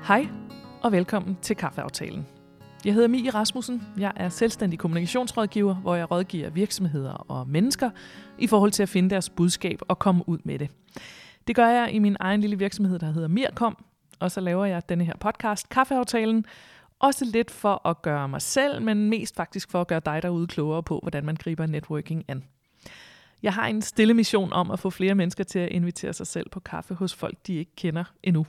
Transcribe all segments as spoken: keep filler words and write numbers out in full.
Hej og velkommen til Kaffeaftalen. Jeg hedder Mie Rasmussen. Jeg er selvstændig kommunikationsrådgiver, hvor jeg rådgiver virksomheder og mennesker i forhold til at finde deres budskab og komme ud med det. Det gør jeg i min egen lille virksomhed, der hedder Mirkom, og så laver jeg denne her podcast, Kaffeaftalen, også lidt for at gøre mig selv, men mest faktisk for at gøre dig derude klogere på, hvordan man griber networking an. Jeg har en stille mission om at få flere mennesker til at invitere sig selv på kaffe hos folk, de ikke kender endnu.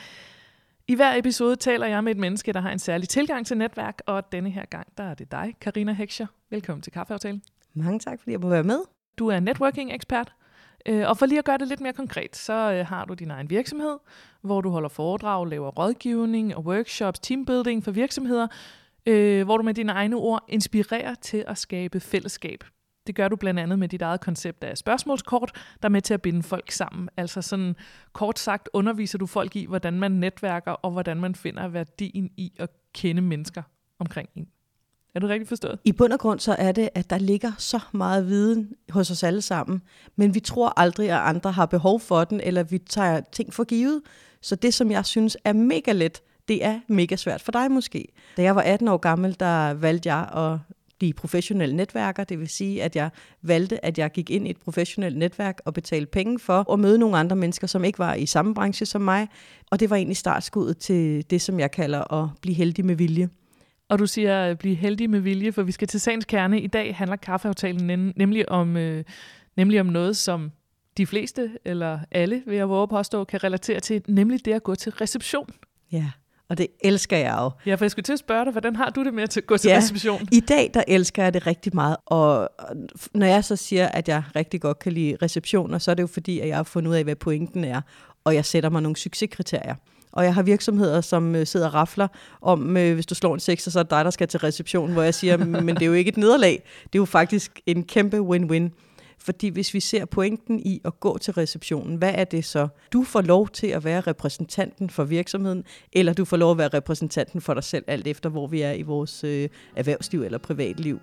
I hver episode taler jeg med et menneske, der har en særlig tilgang til netværk, og denne her gang, der er det dig, Karina Heckscher. Velkommen til Kaffeaftalen. Mange tak, fordi jeg må være med. Du er networking-ekspert, og for lige at gøre det lidt mere konkret, så har du din egen virksomhed, hvor du holder foredrag, laver rådgivning og workshops, teambuilding for virksomheder, hvor du med dine egne ord inspirerer til at skabe fællesskab. Det gør du blandt andet med dit eget koncept af spørgsmålskort, der er med til at binde folk sammen. Altså sådan kort sagt underviser du folk i, hvordan man netværker, og hvordan man finder værdien i at kende mennesker omkring en. Er du rigtig forstået? I bund og grund så er det, at der ligger så meget viden hos os alle sammen, men vi tror aldrig, at andre har behov for den, eller vi tager ting for givet. Så det, som jeg synes er mega let, det er mega svært for dig måske. Da jeg var atten år gammel, der valgte jeg at blive professionelle netværker. Det vil sige, at jeg valgte, at jeg gik ind i et professionelt netværk og betalte penge for at møde nogle andre mennesker, som ikke var i samme branche som mig. Og det var egentlig startskuddet til det, som jeg kalder at blive heldig med vilje. Og du siger at blive heldig med vilje, for vi skal til sagens kerne. I dag handler Kaffeaftalen nemlig om, øh, nemlig om noget, som de fleste, eller alle, vil jeg våge at påstå, kan relatere til, nemlig det at gå til reception. Ja. Og det elsker jeg jo. Ja, for jeg skulle til at spørge dig, hvordan har du det med at gå til ja, reception? I dag, der elsker jeg det rigtig meget. Og når jeg så siger, at jeg rigtig godt kan lide receptioner, så er det jo fordi, at jeg har fundet ud af, hvad pointen er. Og jeg sætter mig nogle succeskriterier. Og jeg har virksomheder, som sidder og rafler om, hvis du slår en sekser, så er det dig, der skal til reception. Hvor jeg siger, men det er jo ikke et nederlag. Det er jo faktisk en kæmpe win-win. Fordi hvis vi ser pointen i at gå til receptionen, hvad er det så? Du får lov til at være repræsentanten for virksomheden, eller du får lov at være repræsentanten for dig selv, alt efter hvor vi er i vores øh, erhvervsliv eller privatliv.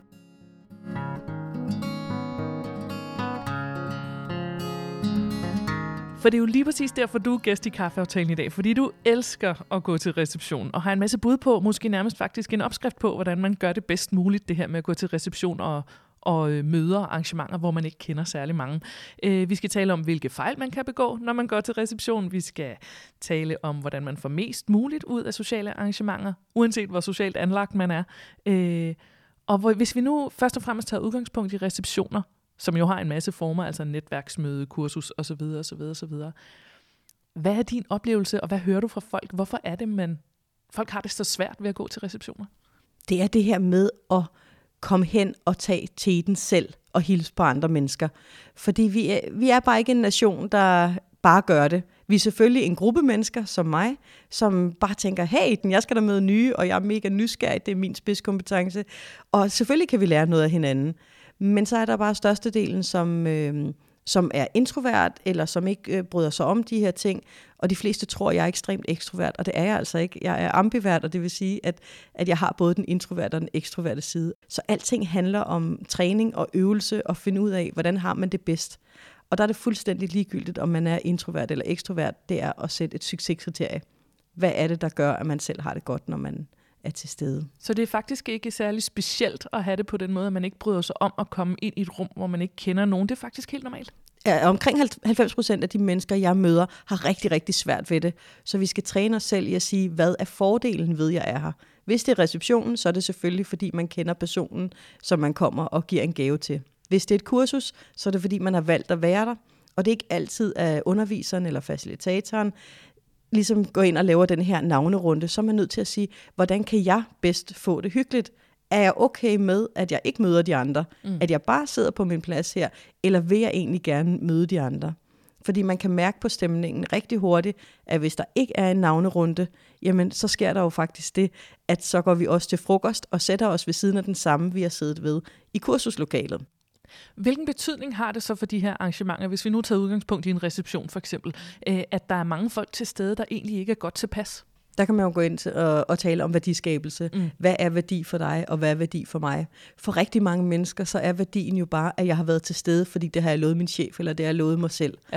For det er jo lige præcis derfor, du er gæst i Kaffeaftalen i dag, fordi du elsker at gå til reception, og har en masse bud på, måske nærmest faktisk en opskrift på, hvordan man gør det bedst muligt, det her med at gå til reception og og møder og arrangementer, hvor man ikke kender særlig mange. Øh, vi skal tale om, hvilke fejl man kan begå, når man går til reception. Vi skal tale om, hvordan man får mest muligt ud af sociale arrangementer, uanset hvor socialt anlagt man er. Øh, og hvor, hvis vi nu først og fremmest tager udgangspunkt i receptioner, som jo har en masse former, altså netværksmøde, kursus osv. osv. osv. Hvad er din oplevelse, og hvad hører du fra folk? Hvorfor er det, man folk har det så svært ved at gå til receptioner? Det er det her med at komme hen og tage teten selv og hilse på andre mennesker. Fordi vi er, vi er bare ikke en nation, der bare gør det. Vi er selvfølgelig en gruppe mennesker som mig, som bare tænker, hey, jeg skal da møde nye, og jeg er mega nysgerrig, det er min spidskompetence. Og selvfølgelig kan vi lære noget af hinanden. Men så er der bare størstedelen, som, øh, som er introvert, eller som ikke øh, bryder sig om de her ting. Og de fleste tror, jeg er ekstremt ekstrovert, og det er jeg altså ikke. Jeg er ambivert, og det vil sige, at, at jeg har både den introverte og den ekstroverte side. Så alting handler om træning og øvelse, og finde ud af, hvordan har man det bedst. Og der er det fuldstændig ligegyldigt, om man er introvert eller ekstrovert. Det er at sætte et succeskriterie. Hvad er det, der gør, at man selv har det godt, når man er til stede? Så det er faktisk ikke særlig specielt at have det på den måde, at man ikke bryder sig om at komme ind i et rum, hvor man ikke kender nogen. Det er faktisk helt normalt. Ja, omkring halvfems procent af de mennesker, jeg møder, har rigtig, rigtig svært ved det. Så vi skal træne os selv i at sige, hvad er fordelen ved, at jeg er her? Hvis det er receptionen, så er det selvfølgelig, fordi man kender personen, som man kommer og giver en gave til. Hvis det er et kursus, så er det, fordi man har valgt at være der. Og det er ikke altid af underviseren eller facilitatoren, ligesom går ind og laver den her navnerunde, så er man nødt til at sige, hvordan kan jeg bedst få det hyggeligt? Er jeg okay med, at jeg ikke møder de andre? Mm. At jeg bare sidder på min plads her? Eller vil jeg egentlig gerne møde de andre? Fordi man kan mærke på stemningen rigtig hurtigt, at hvis der ikke er en navnerunde, jamen så sker der jo faktisk det, at så går vi også til frokost og sætter os ved siden af den samme, vi har siddet ved i kursuslokalet. Hvilken betydning har det så for de her arrangementer, hvis vi nu tager udgangspunkt i en reception for eksempel, at der er mange folk til stede, der egentlig ikke er godt tilpas? Der kan man jo gå ind til og, og tale om værdiskabelse. Mm. Hvad er værdi for dig, og hvad er værdi for mig? For rigtig mange mennesker, så er værdien jo bare, at jeg har været til stede, fordi det har jeg lovet min chef, eller det har jeg lovet mig selv. Ja.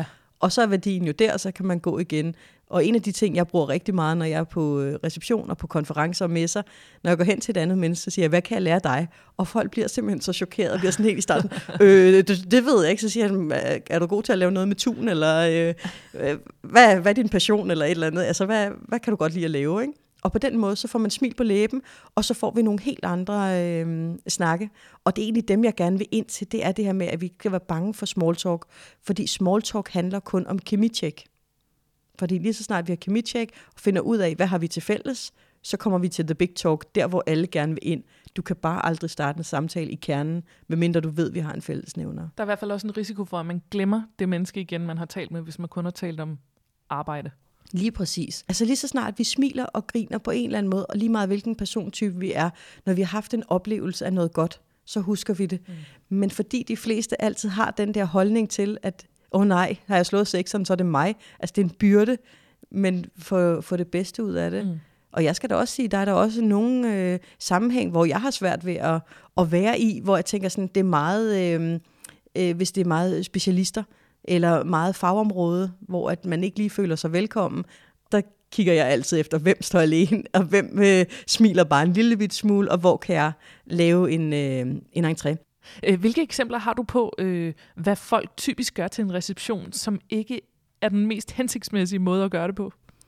og så er værdien jo der, og så kan man gå igen. Og en af de ting, jeg bruger rigtig meget, når jeg er på receptioner, på konferencer og messer, når jeg går hen til et andet menneske, så siger jeg, hvad kan jeg lære dig? Og folk bliver simpelthen så chokeret, og bliver sådan helt i starten, øh, det, det ved jeg ikke. Så siger han, er du god til at lave noget med tun, eller øh, hvad, hvad er din passion, eller et eller andet? Altså, hvad, hvad kan du godt lide at lave, ikke? Og på den måde, så får man smil på læben, og så får vi nogle helt andre øh, snakke. Og det er egentlig dem, jeg gerne vil ind til, det er det her med, at vi kan være bange for small talk, fordi small talk handler kun om kemitjek. Fordi lige så snart vi har kemitjek og finder ud af, hvad har vi til fælles, så kommer vi til the big talk, der hvor alle gerne vil ind. Du kan bare aldrig starte en samtale i kernen, medmindre du ved, at vi har en fællesnævner. Der er i hvert fald også en risiko for, at man glemmer det menneske igen, man har talt med, hvis man kun har talt om arbejde. Lige præcis. Altså lige så snart vi smiler og griner på en eller anden måde, og lige meget hvilken persontype vi er, når vi har haft en oplevelse af noget godt, så husker vi det. Mm. Men fordi de fleste altid har den der holdning til, at åh oh nej, har jeg slået sekseren, så er det mig. Altså det er en byrde, men få, få det bedste ud af det. Mm. Og jeg skal da også sige, der er der også nogle øh, sammenhæng, hvor jeg har svært ved at, at være i, hvor jeg tænker sådan, det er meget, øh, øh, hvis det er meget specialister, eller meget fagområde, hvor at man ikke lige føler sig velkommen, der kigger jeg altid efter, hvem står alene, og hvem øh, smiler bare en lille bit smule, og hvor kan jeg lave en, øh, en entré. Hvilke eksempler har du på, øh, hvad folk typisk gør til en reception, som ikke er den mest hensigtsmæssige måde at gøre det på?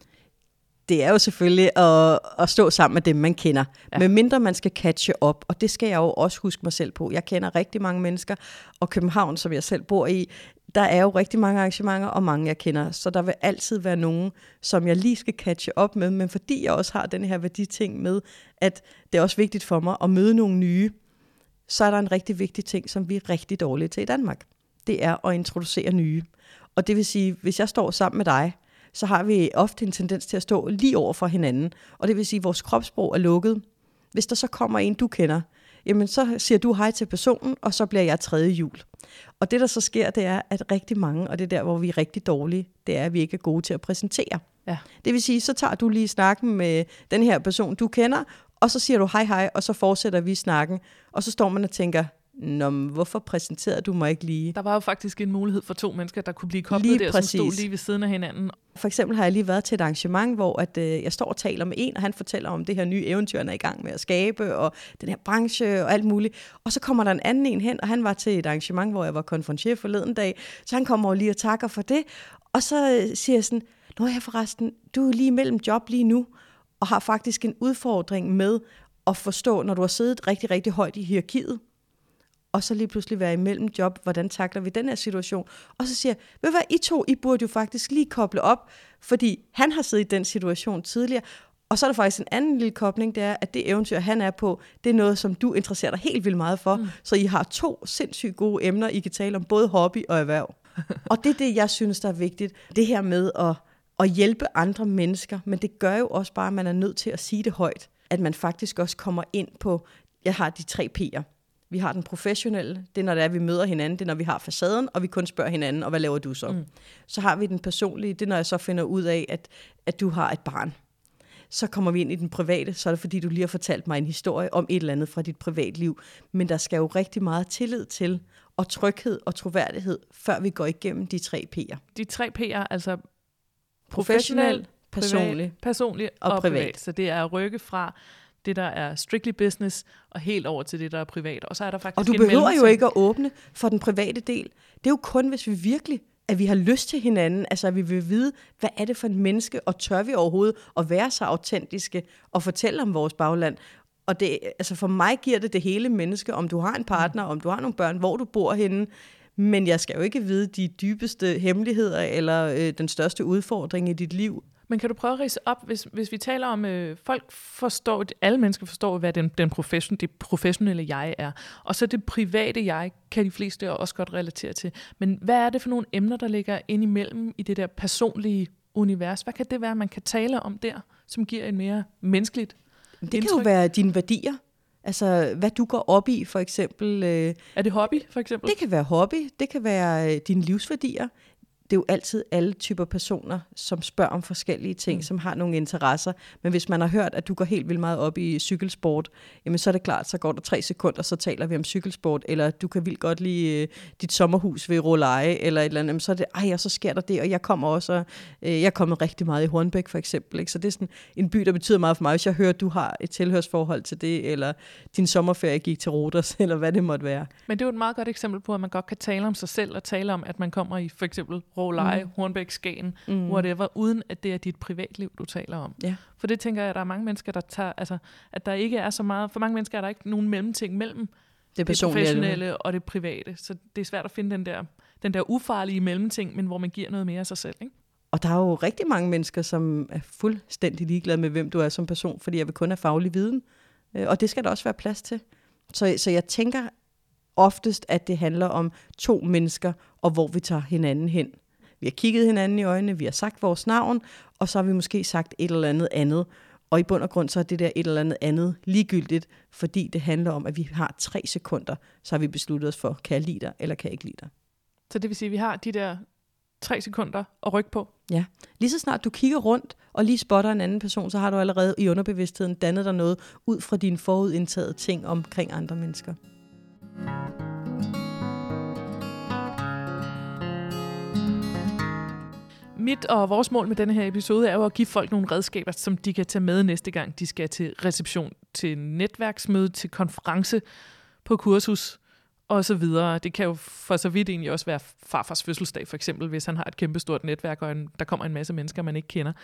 Det er jo selvfølgelig at, at stå sammen med dem, man kender. Ja. Med mindre man skal catche op, og det skal jeg jo også huske mig selv på. Jeg kender rigtig mange mennesker, og København, som jeg selv bor i, der er jo rigtig mange arrangementer, og mange jeg kender. Så der vil altid være nogen, som jeg lige skal catche op med, men fordi jeg også har den her værditing med, at det er også vigtigt for mig at møde nogle nye, så er der en rigtig vigtig ting, som vi er rigtig dårlige til i Danmark. Det er at introducere nye. Og det vil sige, hvis jeg står sammen med dig, så har vi ofte en tendens til at stå lige over for hinanden. Og det vil sige, at vores kropssprog er lukket. Hvis der så kommer en, du kender, jamen så siger du hej til personen, og så bliver jeg tredje hjul. Og det, der så sker, det er, at rigtig mange, og det er der, hvor vi er rigtig dårlige, det er, at vi ikke er gode til at præsentere. Ja. Det vil sige, så tager du lige snakken med den her person, du kender, og så siger du hej hej, og så fortsætter vi snakken. Og så står man og tænker, nå, hvorfor præsenterede du mig ikke lige? Der var jo faktisk en mulighed for to mennesker, der kunne blive koblet lige der, præcis. Som stod lige ved siden af hinanden. For eksempel har jeg lige været til et arrangement, hvor at, øh, jeg står og taler med en, og han fortæller om det her nye eventyr, han er i gang med at skabe, og den her branche og alt muligt. Og så kommer der en anden en hen, og han var til et arrangement, hvor jeg var konferencier forleden dag, så han kommer lige og takker for det. Og så øh, siger jeg sådan, nå ja forresten, du er lige mellem job lige nu, og har faktisk en udfordring med at forstå, når du har siddet rigtig, rigtig højt i hierarkiet, og så lige pludselig være imellem job, hvordan takler vi den her situation? Og så siger jeg, ved hvad, I to, I burde jo faktisk lige koble op, fordi han har siddet i den situation tidligere, og så er der faktisk en anden lille kobling, det er, at det eventyr, han er på, det er noget, som du interesserer dig helt vildt meget for, mm. så I har to sindssygt gode emner, I kan tale om både hobby og erhverv. Og det er det, jeg synes, der er vigtigt, det her med at, at hjælpe andre mennesker, men det gør jo også bare, at man er nødt til at sige det højt, at man faktisk også kommer ind på, jeg har de tre P'er. Vi har den professionelle, det er når det er, vi møder hinanden, det er når vi har facaden, og vi kun spørger hinanden, og hvad laver du så? Mm. Så har vi den personlige, det er når jeg så finder ud af, at, at du har et barn. Så kommer vi ind i den private, så er det fordi, du lige har fortalt mig en historie om et eller andet fra dit privatliv. Men der skal jo rigtig meget tillid til, og tryghed og troværdighed, før vi går igennem de tre P'er. De tre P'er, altså professionel, personlig, personlig og, og privat. privat. Så det er at rykke fra det, der er strictly business, og helt over til det, der er privat. Og så er der faktisk og du behøver jo ikke at åbne for den private del. Det er jo kun, hvis vi virkelig, at vi har lyst til hinanden, altså at vi vil vide, hvad er det for en menneske, og tør vi overhovedet at være så autentiske og fortælle om vores bagland. Og det, altså for mig giver det det hele menneske, om du har en partner, om du har nogle børn, hvor du bor henne, men jeg skal jo ikke vide de dybeste hemmeligheder, eller øh, den største udfordring i dit liv. Men kan du prøve at ridse op, hvis, hvis vi taler om, øh, folk forstår, alle mennesker forstår, hvad den, den profession, det professionelle jeg er, og så det private jeg, kan de fleste også godt relatere til. Men hvad er det for nogle emner, der ligger ind imellem i det der personlige univers? Hvad kan det være, man kan tale om der, som giver et mere menneskeligt Det indtryk? Kan jo være dine værdier. Altså, hvad du går op i, for eksempel. Øh, er det hobby, for eksempel? Det kan være hobby, det kan være øh, dine livsværdier. det er jo altid alle typer personer, som spørger om forskellige ting, mm. som har nogle interesser. Men hvis man har hørt, at du går helt vildt meget op i cykelsport, jamen så er det klart, så går der tre sekunder, så taler vi om cykelsport, eller du kan vildt godt lide øh, dit sommerhus ved Råleje, eller et eller andet, så er det, ej, og så sker der det, og jeg kommer også, og, øh, jeg er kommet rigtig meget i Hornbæk for eksempel, ikke? Så det er sådan en by, der betyder meget for mig, hvis jeg hører, at du har et tilhørsforhold til det, eller din sommerferie gik til Rodos, eller hvad det måtte være. Men det er jo et meget godt eksempel på, at man godt kan tale om sig selv, og tale om, at man kommer i for eksempel Råleje, mm. Hornbæk, Skagen, mm. whatever, uden at det er dit privatliv, du taler om. Ja. For det tænker jeg, at der er mange mennesker, der tager, altså, at der ikke er så meget, for mange mennesker er der ikke nogen mellemting mellem det, det professionelle og det private, så det er svært at finde den der, den der ufarlige mellemting, men hvor man giver noget mere af sig selv, ikke? Og der er jo rigtig mange mennesker, som er fuldstændig ligeglade med, hvem du er som person, fordi jeg vil kun have faglig viden, og det skal der også være plads til. Så, så jeg tænker oftest, at det handler om to mennesker, og hvor vi tager hinanden hen. Vi har kigget hinanden i øjnene, vi har sagt vores navn, og så har vi måske sagt et eller andet andet. Og i bund og grund så er det der et eller andet andet ligegyldigt, fordi det handler om, at vi har tre sekunder, så har vi besluttet os for, kan jeg lide dig, eller kan jeg ikke lide dig. Så det vil sige, at vi har de der tre sekunder at rykke på? Ja. Lige så snart du kigger rundt og lige spotter en anden person, så har du allerede i underbevidstheden dannet dig noget ud fra dine forudindtagede ting omkring andre mennesker. Mit og vores mål med denne her episode er jo at give folk nogle redskaber, som de kan tage med næste gang. De skal til reception, til netværksmøde, til konference, på kursus og så videre. Det kan jo for så vidt egentlig også være farfars fødselsdag, for eksempel, hvis han har et kæmpestort netværk, og en, der kommer en masse mennesker, man ikke kender.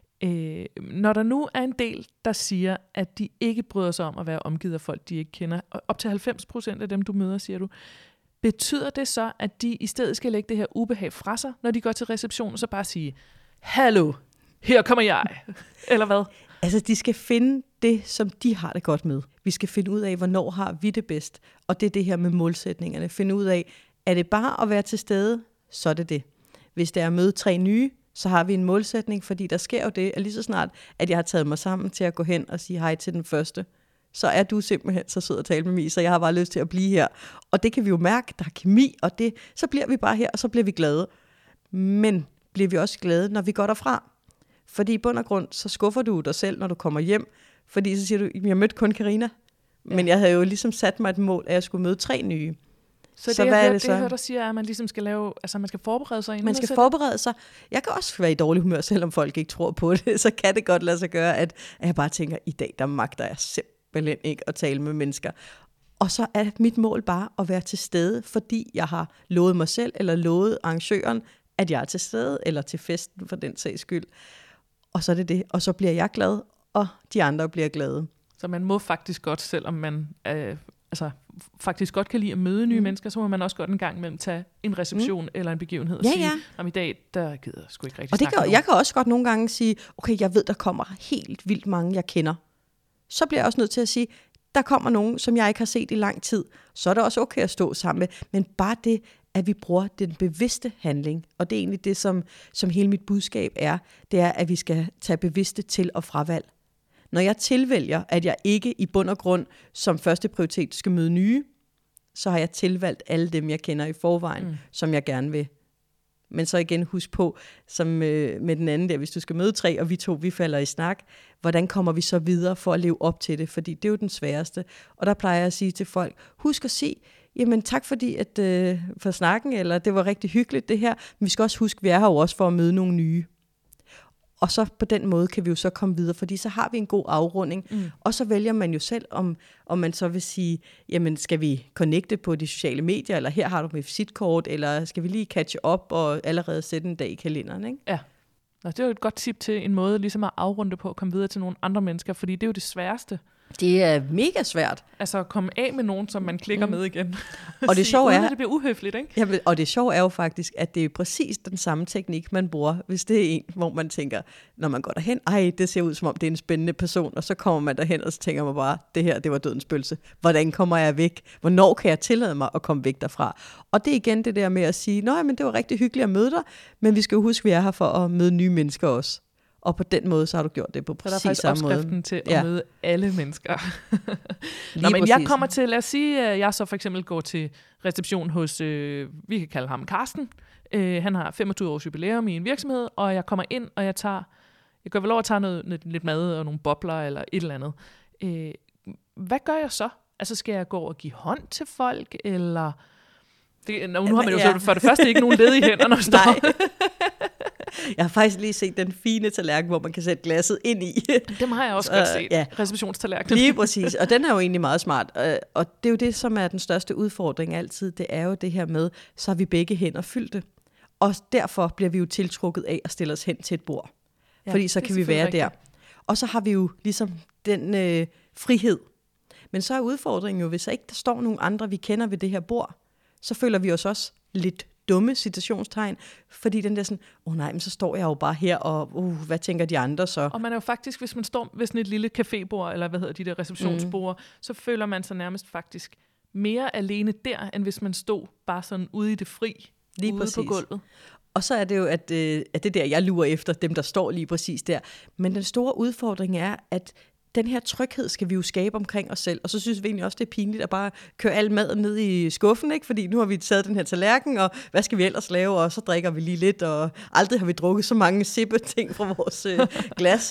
Øh, når der nu er en del, der siger, at de ikke bryder sig om at være omgivet af folk, de ikke kender, og op til halvfems procent af dem, du møder, siger du, betyder det så, at de i stedet skal lægge det her ubehag fra sig, når de går til reception, og så bare sige, hallo, her kommer jeg, eller hvad? Altså, de skal finde det, som de har det godt med. Vi skal finde ud af, hvornår har vi det bedst, og det er det her med målsætningerne. Finde ud af, er det bare at være til stede, så er det det. Hvis det er at møde tre nye, så har vi en målsætning, fordi der sker jo det, at lige så snart, at jeg har taget mig sammen til at gå hen og sige hej til den første, så er du simpelthen så sød at tale med mig, så jeg har bare lyst til at blive her. Og det kan vi jo mærke, der er kemi, og det, så bliver vi bare her, og så bliver vi glade. Men bliver vi også glade, når vi går derfra? Fordi i bund og grund, så skuffer du dig selv, når du kommer hjem, fordi så siger du, jeg mødte kun Karina, ja. Men jeg havde jo ligesom sat mig et mål, at jeg skulle møde tre nye. Så, så det, hvad jeg, er det, så? det jeg hører dig siger, at man ligesom skal lave, altså man skal forberede sig inden. Man skal forberede sig. Jeg kan også være i dårlig humør, selvom folk ikke tror på det. Så kan det godt lade sig gøre, at, at jeg bare tænker, i dag der magter jeg simpelthen ikke at tale med mennesker. Og så er mit mål bare at være til stede, fordi jeg har lovet mig selv, eller lovet arrangøren, at jeg er til stede, eller til festen for den sags skyld. Og så er det det. Og så bliver jeg glad, og de andre bliver glade. Så man må faktisk godt, selvom man øh, altså, faktisk godt kan lide at møde nye mm. mennesker, så må man også godt en gang imellem tage en reception mm. eller en begivenhed og ja, sige, ja. om i dag, der gider jeg sgu ikke rigtig og det snakke kan, jeg kan også godt nogle gange sige, okay, jeg ved, der kommer helt vildt mange, jeg kender. Så bliver jeg også nødt til at sige, der kommer nogen, som jeg ikke har set i lang tid. Så er det også okay at stå sammen med. Men bare det, at vi bruger den bevidste handling, og det er egentlig det, som, som hele mit budskab er, det er, at vi skal tage bevidste til- og fravalg. Når jeg tilvælger, at jeg ikke i bund og grund som første prioritet skal møde nye, så har jeg tilvalgt alle dem, jeg kender i forvejen, mm. som jeg gerne vil. Men så igen husk på, som øh, med den anden der, hvis du skal møde tre, og vi to, vi falder i snak, hvordan kommer vi så videre for at leve op til det? Fordi det er jo den sværeste. Og der plejer jeg at sige til folk, husk at sige, jamen tak fordi at, øh, for snakken, eller det var rigtig hyggeligt det her, men vi skal også huske, at vi er her jo også for at møde nogle nye. Og så på den måde kan vi jo så komme videre, fordi så har vi en god afrunding. Mm. Og så vælger man jo selv, om, om man så vil sige, jamen skal vi connecte på de sociale medier, eller her har du mit visitkort, eller skal vi lige catch up og allerede sætte en dag i kalenderen, ikke? Ja, og det er jo et godt tip til en måde ligesom at afrunde på at komme videre til nogle andre mennesker, fordi det er jo det sværeste. Det er mega svært. Altså at komme af med nogen, som man klikker mm. med igen. Og det sjove er, at det bliver uhøfligt, ikke? Ja, og det sjove er jo faktisk, at det er præcis den samme teknik, man bruger, hvis det er en, hvor man tænker, når man går derhen, ej, det ser ud som om det er en spændende person, og så kommer man derhen, og så tænker man bare, det her, det var dødens pølse. Hvordan kommer jeg væk? Hvornår kan jeg tillade mig at komme væk derfra? Og det er igen det der med at sige, nej, men det var rigtig hyggeligt at møde dig, men vi skal jo huske, at vi er her for at møde nye mennesker også. Og på den måde, så har du gjort det på så der er præcis faktisk samme måde. opskriften til at Ja. møde alle mennesker. Nå, Lige men jeg præcis. kommer til, lad os sige, at jeg så for eksempel går til reception hos, øh, vi kan kalde ham Karsten. Øh, han har femogtyve års jubilæum i en virksomhed, og jeg kommer ind, og jeg tager, jeg går vel over og tager noget, noget, lidt mad og nogle bobler eller et eller andet. Øh, hvad gør jeg så? Altså skal jeg gå og give hånd til folk, eller... Det, nu har man jo Ja. så for det første ikke nogen led i hænderne at stå. Nej. Jeg har faktisk lige set den fine tallerken, hvor man kan sætte glasset ind i. Dem har jeg også Så, godt set. ja. Receptionstallerkenen. Lige præcis, og den er jo egentlig meget smart. Øh, Og det er jo det, som er den største udfordring altid. Det er jo det her med, så har vi begge hænder fyldte. Og derfor bliver vi jo tiltrukket af at stille os hen til et bord. Ja, Fordi så det er kan vi være selvfølgelig der. Og så har vi jo ligesom den øh, frihed. Men så er udfordringen jo, hvis der ikke der står nogen andre, vi kender ved det her bord, så føler vi os også lidt dumme citationstegn, fordi den der sådan, åh oh nej, men så står jeg jo bare her, og uh, hvad tænker de andre så? Og man er jo faktisk, hvis man står ved sådan et lille cafébord, eller hvad hedder de der receptionsbord, mm. så føler man sig nærmest faktisk mere alene der, end hvis man stod bare sådan ude i det fri, Lige ude præcis. på gulvet. Og så er det jo, at, øh, at det der, jeg lurer efter, dem der står lige præcis der. Men den store udfordring er, at den her tryghed skal vi jo skabe omkring os selv, og så synes vi egentlig også, det er pinligt at bare køre al maden ned i skuffen, ikke? Fordi nu har vi taget den her tallerken, og hvad skal vi ellers lave, og så drikker vi lige lidt, og aldrig har vi drukket så mange sippe ting fra vores øh, glas.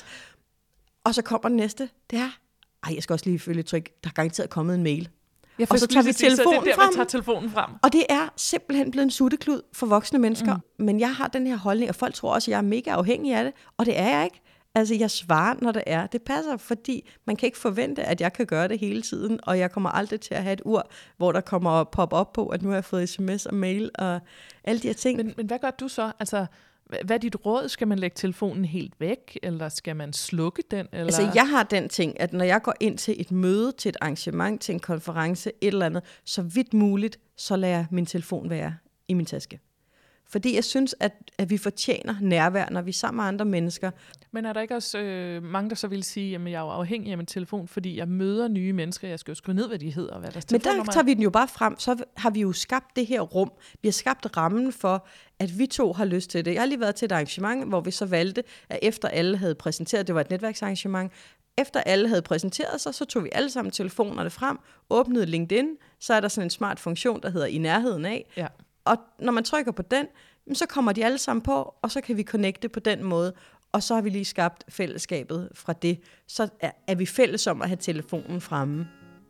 Og så kommer den næste, det er, ej, jeg skal også lige følge tryk, der er garanteret kommet en mail. Jeg Og så tager vi telefonen det er der, frem. man tager telefonen frem. Og det er simpelthen blevet en sutteklud for voksne mennesker. Mm. Men jeg har den her holdning, og folk tror også, at jeg er mega afhængig af det. Og det er jeg ikke. Altså, jeg svarer, når det er. Det passer, fordi man kan ikke forvente, at jeg kan gøre det hele tiden. Og jeg kommer aldrig til at have et ur, hvor der kommer pop op på, at nu har jeg fået sms og mail og alle de her ting. Men, men hvad gør du så? Altså, hvad er dit råd? Skal man lægge telefonen helt væk, eller skal man slukke den? Eller? Altså, jeg har den ting, at når jeg går ind til et møde, til et arrangement, til en konference, et eller andet, så vidt muligt, så lader jeg min telefon være i min taske. Fordi jeg synes, at, at vi fortjener nærvær, når vi er sammen med andre mennesker. Men er der ikke også øh, mange, der så vil sige, at jeg er jo afhængig af min telefon, fordi jeg møder nye mennesker, jeg skal jo skrive ned, hvad de hedder, og hvad deres Men der telefonnummer er? tager vi den jo bare frem, så har vi jo skabt det her rum. Vi har skabt rammen for, at vi to har lyst til det. Jeg har lige været til et arrangement, hvor vi så valgte, at efter alle havde præsenteret, det var et netværksarrangement, efter alle havde præsenteret sig, så tog vi alle sammen telefonerne frem, åbnede LinkedIn, så er der sådan en smart funktion, der hedder i nærheden af. Ja. Og når man trykker på den, så kommer de alle sammen på, og så kan vi connecte på den måde. Og så har vi lige skabt fællesskabet fra det. Så er, er vi fælles om at have telefonen fremme.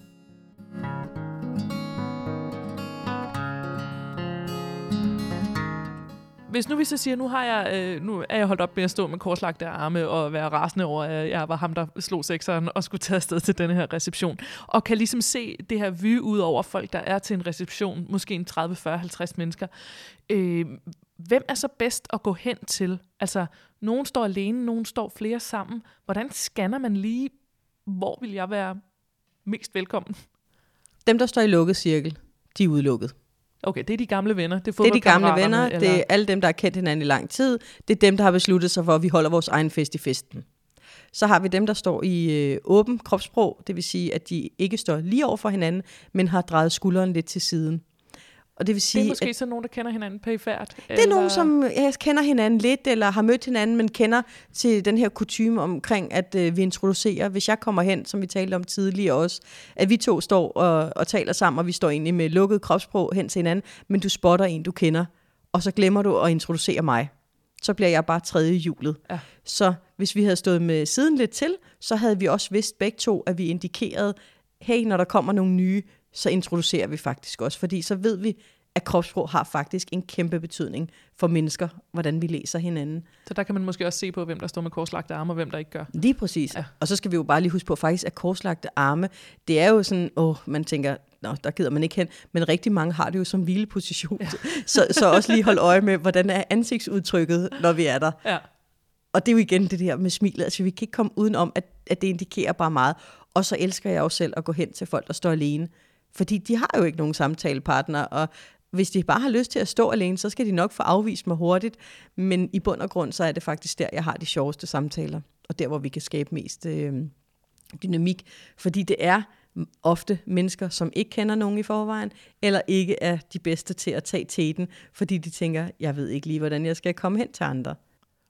Hvis nu vi så siger, nu har jeg, øh, nu er jeg holdt op med at stå med korslagte arme og være rasende over, at jeg var ham, der slog sekseren og skulle tage afsted til denne her reception, og kan ligesom se det her vy ud over folk, der er til en reception, måske en tredive, fyrre, halvtreds mennesker. Øh, hvem er så bedst at gå hen til? Altså, nogen står alene, nogen står flere sammen. Hvordan scanner man lige, hvor vil jeg være mest velkommen? Dem, der står i lukket cirkel, de er udelukket. Okay, det er de gamle venner. Det er, Det er de gamle fodboldkammeraterne, venner, eller? det er alle dem, der har kendt hinanden i lang tid. Det er dem, der har besluttet sig for, at vi holder vores egen fest i festen. Så har vi dem, der står i øh, åben kropssprog, det vil sige, at de ikke står lige over for hinanden, men har drejet skulderen lidt til siden. Og det vil sige, Det er måske at så nogen, der kender hinanden perifært. det er eller... nogen, som jeg kender hinanden lidt, eller har mødt hinanden, men kender til den her kutyme omkring, at øh, vi introducerer, hvis jeg kommer hen, som vi talte om tidligere også, at vi to står og, og taler sammen, og vi står egentlig med lukket kropssprog hen til hinanden, men du spotter en, du kender, og så glemmer du at introducere mig. Så bliver jeg bare tredje hjulet. Ja. Så hvis vi havde stået med siden lidt til, så havde vi også vidst begge to, at vi indikerede, hey, når der kommer nogle nye, så introducerer vi faktisk også, fordi så ved vi, at kropssprog har faktisk en kæmpe betydning for mennesker, hvordan vi læser hinanden. Så der kan man måske også se på, hvem der står med korslagte arme, og hvem der ikke gør. Lige præcis. Ja. Og så skal vi jo bare lige huske på, faktisk at korslagte arme, det er jo sådan, åh, man tænker, nå, der gider man ikke hen, men rigtig mange har det jo som hvileposition. Ja. så, så også lige hold øje med, hvordan er ansigtsudtrykket, når vi er der. Ja. Og det er jo igen det der med smilet, altså vi kan ikke komme udenom, at, at det indikerer bare meget. Og så elsker jeg jo selv at gå hen til folk, der står alene, fordi de har jo ikke nogen samtalepartner, og hvis de bare har lyst til at stå alene, så skal de nok få afvist mig hurtigt, men i bund og grund, så er det faktisk der, jeg har de sjoveste samtaler, og der, hvor vi kan skabe mest øh, dynamik, fordi det er ofte mennesker, som ikke kender nogen i forvejen, eller ikke er de bedste til at tage teten, fordi de tænker, jeg ved ikke lige, hvordan jeg skal komme hen til andre.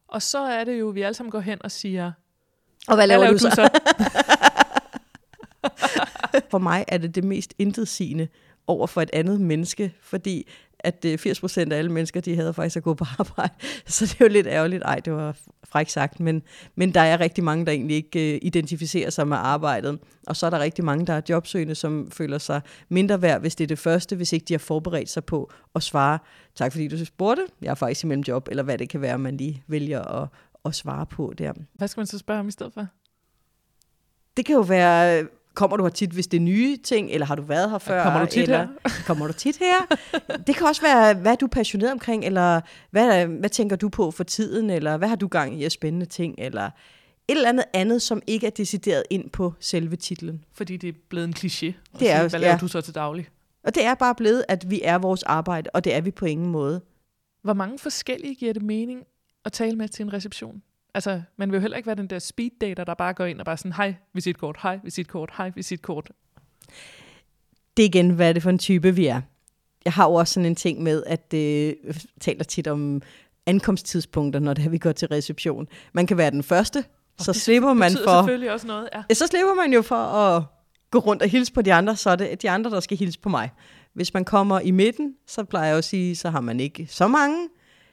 Og så er det jo, vi alle sammen går hen og siger, og hvad laver, hvad laver du så? du så? For mig er det det mest intetsigende over for et andet menneske, fordi at firs procent af alle mennesker, de hader faktisk at gå på arbejde. Så det er jo lidt ærgerligt. Ej, det var frækt sagt, men, men der er rigtig mange, der egentlig ikke uh, identificerer sig med arbejdet. Og så er der rigtig mange, der er jobsøgende, som føler sig mindre værd, hvis det er det første, hvis ikke de har forberedt sig på at svare, tak fordi du spurgte, jeg er faktisk imellem job, eller hvad det kan være, man lige vælger at, at svare på der. Hvad skal man så spørge om i stedet for? Det kan jo være, kommer du her tit, hvis det er nye ting, eller har du været her før? Kommer du tit eller, her? Kommer du tit her? Det kan også være, hvad er du passioneret omkring, eller hvad, hvad tænker du på for tiden, eller hvad har du gang i af spændende ting, eller et eller andet andet, som ikke er decideret ind på selve titlen. Fordi det er blevet en kliché. Det er, hvad laver ja. du så til daglig? Og det er bare blevet, at vi er vores arbejde, og det er vi på ingen måde. Hvor mange forskellige giver det mening at tale med til en reception? Altså, man vil jo heller ikke være den der speed dater, der bare går ind og bare sådan, hej, visitkort, hej, visitkort, hej, visitkort. Det er igen, hvad er det for en type, vi er. Jeg har jo også sådan en ting med, at det øh, taler tit om ankomsttidspunkter, når det her, vi går til reception. Man kan være den første, og så slipper man for... Det selvfølgelig også noget, ja. Så slipper man jo for at gå rundt og hilse på de andre, så er det de andre, der skal hilse på mig. Hvis man kommer i midten, så plejer jeg at sige, så har man ikke så mange.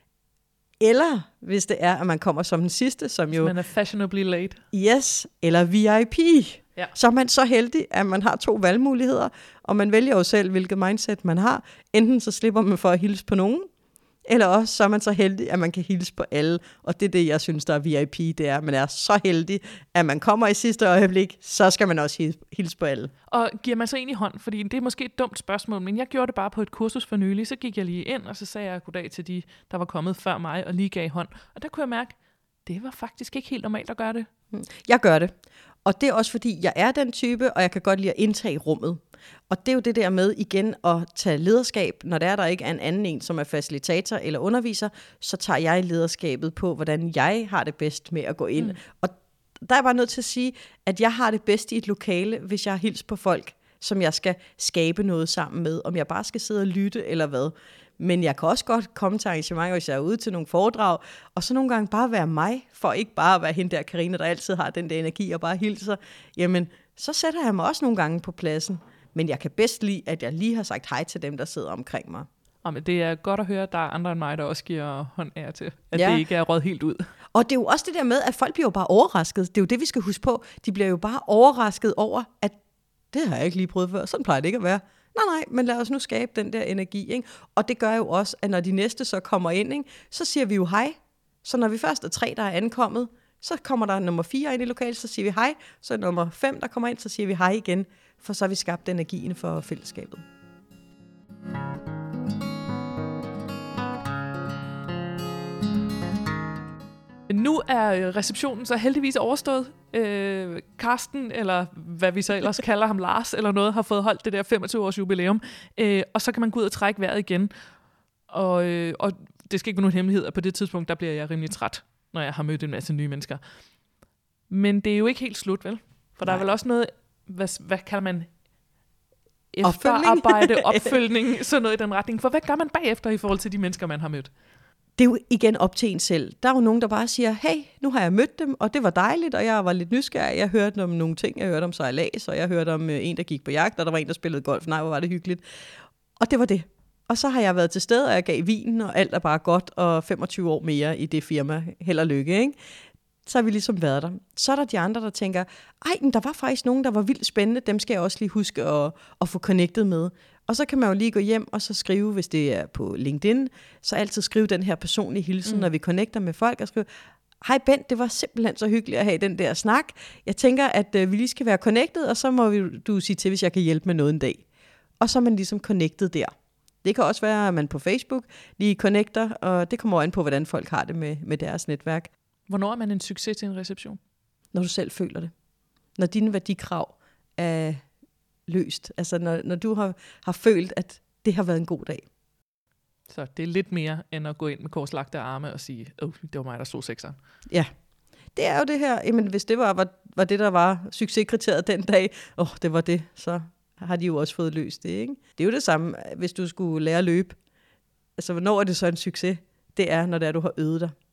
Eller hvis det er, at man kommer som den sidste, som hvis jo... man er fashionably late. Yes, eller V I P. Ja. Så er man så heldig, at man har to valgmuligheder, og man vælger jo selv, hvilket mindset man har. Enten så slipper man for at hilse på nogen, eller også så er man så heldig, at man kan hilse på alle. Og det er det, jeg synes, der er V I P, det er, at man er så heldig, at man kommer i sidste øjeblik, så skal man også hilse på alle. Og giver man så egentlig hånd? Fordi det er måske et dumt spørgsmål, men jeg gjorde det bare på et kursus for nylig. Så gik jeg lige ind, og så sagde jeg goddag til de, der var kommet før mig, og lige gav hånd. Og der kunne jeg mærke, det var faktisk ikke helt normalt at gøre det. Jeg gør det. Og det er også fordi, jeg er den type, og jeg kan godt lide at indtage rummet. Og det er jo det der med igen at tage lederskab. Når der er der ikke er en anden en, som er facilitator eller underviser, så tager jeg lederskabet på, hvordan jeg har det bedst med at gå ind. Mm. Og der er jeg bare nødt til at sige, at jeg har det bedst i et lokale, hvis jeg har hils på folk, som jeg skal skabe noget sammen med. Om jeg bare skal sidde og lytte eller hvad. Men jeg kan også godt komme til arrangementer, hvis jeg er ude til nogle foredrag, og så nogle gange bare være mig, for ikke bare at være hende der Karina, der altid har den der energi og bare hilser. Jamen, så sætter jeg mig også nogle gange på pladsen. Men jeg kan bedst lide, at jeg lige har sagt hej til dem, der sidder omkring mig. Og men det er godt at høre, at der er andre end mig, der også giver hånd ære til. At ja. Det ikke er røget helt ud. Og det er jo også det der med, at folk bliver jo bare overrasket. Det er jo det, vi skal huske på. De bliver jo bare overrasket over, at det har jeg ikke lige prøvet før. Sådan plejer det ikke at være. Nej, nej, men lad os nu skabe den der energi. Ikke? Og det gør jo også, at når de næste så kommer ind, ikke, så siger vi jo hej. Så når vi først er tre, der er ankommet, så kommer der nummer fire ind i lokalet, så siger vi hej. Så nummer fem, der kommer ind, så siger vi hej igen. For så har vi skabt energien for fællesskabet. Nu er receptionen så heldigvis overstået. Øh, Karsten, eller hvad vi så ellers kalder ham, Lars, eller noget, har fået holdt det der femogtyve års jubilæum. Øh, og så kan man gå ud og trække vejret igen. Og, øh, og det skal ikke være nogen hemmelighed, at på det tidspunkt, der bliver jeg rimelig træt, når jeg har mødt en masse nye mennesker. Men det er jo ikke helt slut, vel? For der Nej. er vel også noget, hvad, hvad kalder man... efterarbejde, opfølgning, sådan noget i den retning. For hvad gør man bagefter i forhold til de mennesker, man har mødt? Det er jo igen op til en selv. Der er jo nogen, der bare siger, hey, nu har jeg mødt dem, og det var dejligt, og jeg var lidt nysgerrig. Jeg hørte om nogle ting, jeg hørte om sejlads, og jeg hørte om en, der gik på jagt, og der var en, der spillede golf. Nej, hvor var det hyggeligt. Og det var det. Og så har jeg været til stede, og jeg gav vinen, og alt er bare godt, og femogtyve år mere i det firma. Held og lykke, ikke? Så har vi ligesom været der. Så er der de andre, der tænker, ej, men der var faktisk nogen, der var vildt spændende, dem skal jeg også lige huske at, at få connectet med. Og så kan man jo lige gå hjem og så skrive, hvis det er på LinkedIn, så altid skrive den her personlige hilsen, mm. når vi connecter med folk, og skrive, hej Bent, det var simpelthen så hyggeligt at have den der snak. Jeg tænker, at øh, vi lige skal være connected, og så må vi, du sige til, hvis jeg kan hjælpe med noget en dag. Og så er man ligesom connected der. Det kan også være, at man på Facebook lige connecter, og det kommer an på, hvordan folk har det med, med deres netværk. Hvornår er man en succes til en reception? Når du selv føler det. Når dine værdikrav er løst. Altså når, når du har, har følt, at det har været en god dag. Så det er lidt mere, end at gå ind med korslagte arme og sige, åh, oh, det var mig, der stod sekseren. Ja, det er jo det her. Jamen, hvis det var, var, var det, der var succeskriteriet den dag, åh, oh, det var det, så har de jo også fået løst det, ikke? Det er jo det samme, hvis du skulle lære at løbe. Altså, hvornår er det så en succes? Det er, når det er, du har øvet dig.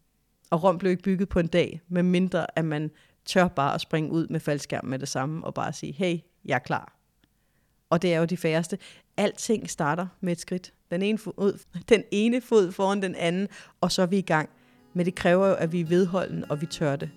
Og Rom blev ikke bygget på en dag, med mindre at man tør bare at springe ud med faldskærm med det samme, og bare sige, hey, jeg er klar. Og det er jo de færreste. Alting starter med et skridt. Den ene fod, den ene fod foran den anden, og så er vi i gang. Men det kræver jo, at vi er vedholdende, og vi tør det.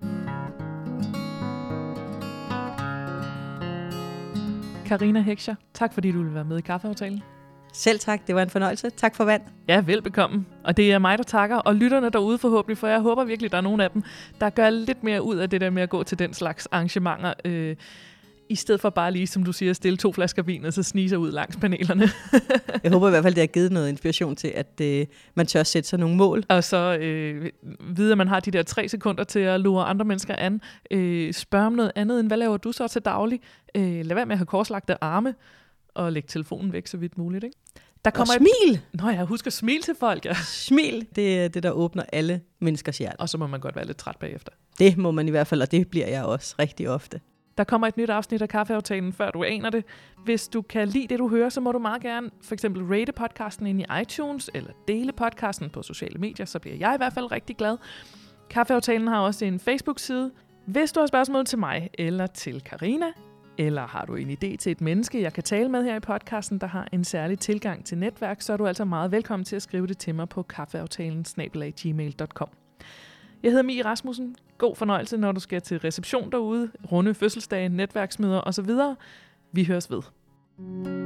Karina Heckscher, tak fordi du ville være med i Kaffeaftalen. Selv tak, det var en fornøjelse. Tak for vand. Ja, velbekomme. Og det er mig, der takker, og lytterne derude forhåbentlig, for jeg håber virkelig, der er nogle af dem, der gør lidt mere ud af det der med at gå til den slags arrangementer, øh, i stedet for bare lige, som du siger, stille to flasker vin, og så snige sig ud langs panelerne. Jeg håber i hvert fald, det har givet noget inspiration til, at øh, man tør sætte sig nogle mål. Og så øh, vide, at man har de der tre sekunder til at lure andre mennesker an. Øh, spørg om noget andet, end hvad laver du så til daglig? Øh, lad være med at have korslagte arme, og lægge telefonen væk så vidt muligt, ikke? Der kommer og smil! Et... Nå ja, husk at smile til folk, ja. Smil, det er det, der åbner alle menneskers hjerte. Og så må man godt være lidt træt bagefter. Det må man i hvert fald, og det bliver jeg også rigtig ofte. Der kommer et nyt afsnit af Kaffeaftalen, før du aner det. Hvis du kan lide det, du hører, så må du meget gerne for eksempel rate podcasten ind i iTunes, eller dele podcasten på sociale medier, så bliver jeg i hvert fald rigtig glad. Kaffeaftalen har også en Facebook-side. Hvis du har spørgsmål til mig eller til Karina, eller har du en idé til et menneske, jeg kan tale med her i podcasten, der har en særlig tilgang til netværk, så er du altså meget velkommen til at skrive det til mig på kaffeaftalen snabel-a gmail punktum com. Jeg hedder Mie Rasmussen. God fornøjelse, når du skal til reception derude, runde fødselsdage, netværksmøder osv. Vi høres ved.